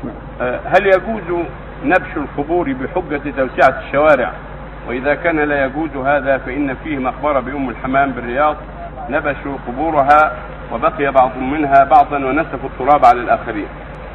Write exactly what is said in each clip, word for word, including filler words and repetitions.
هل يجوز نبش القبور بحجة توسعة الشوارع؟ وإذا كان لا يجوز هذا فإن فيه مقبرة بأم الحمام بالرياض نبشوا قبورها وبقي بعض منها بعضا ونسفوا التراب على الآخرين.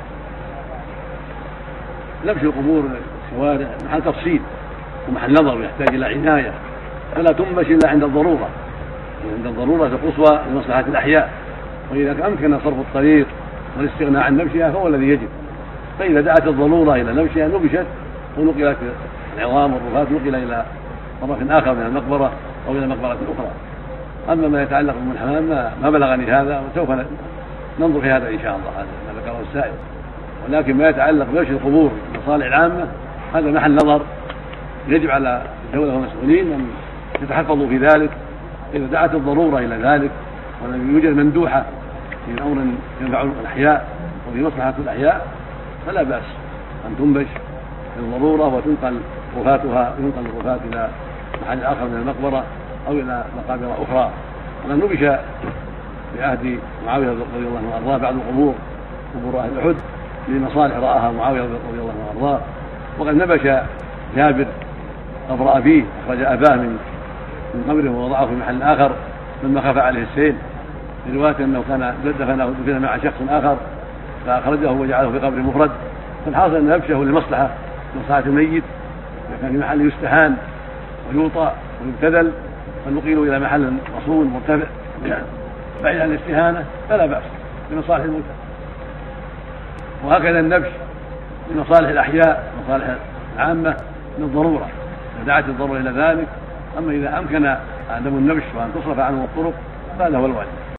نبش القبور الشوارع محل تفصيل ومحل نظر يحتاج إلى عناية، فلا تنبش إلا عند الضرورة، عند الضرورة القصوى لمصلحة الأحياء، وإذا أمكن صرف الطريق والاستغناء عن نبشها فهو الذي يجب. فإذا دعت الضرورة إلى نبشها نبشت ونقلت العظام والرفات نقل إلى طرف آخر من المقبرة أو إلى مقبرة أخرى. أما ما يتعلق بأم الحمام ما بلغني هذا، وسوف ننظر في هذا إن شاء الله، هذا ما ذكره السائل. ولكن ما يتعلق بنبش القبور المصالح العامة هذا محل نظر، يجب على الدولة والمسؤولين أن يتحفظوا في ذلك. إذا دعت الضرورة إلى ذلك ولم يوجد مندوحة في أمر ينفع الأحياء وفي مصلحة الأحياء فلا بأس أن تنبش للضرورة وتنقل رفاتها ينقل الرفات إلى محل آخر من المقبرة أو إلى مقابر أخرى. ومن نبش في عهد معاوية رضي الله عنه وأرضاه بعض القبور قبور أهل أحد لمصالح رآها معاوية رضي الله عنه وأرضاه. وقد نبش جابر قبر أبيه، أخرج أباه من من قبره ووضعه في محل آخر لما خاف عليه السيل، في رواية أنه كان دفنه دفن مع شخص آخر فأخرجه وجعله في قبر مفرد. فالحاصل أن نبشه لمصلحة مصلحة الميت، إذا كان في محل يستهان ويوطى ويبتذل فنقيل إلى محل مصون مرتفع بعيد عن الاستهانة فلا بأس لمصالح الموتى. وهكذا النبش لمصالح الأحياء مصالح العامة من الضرورة إذا دعت الضرورة إلى ذلك. أما إذا أمكن عدم النبش وأن تصرف عنه الطرق فهذا هو الواجب.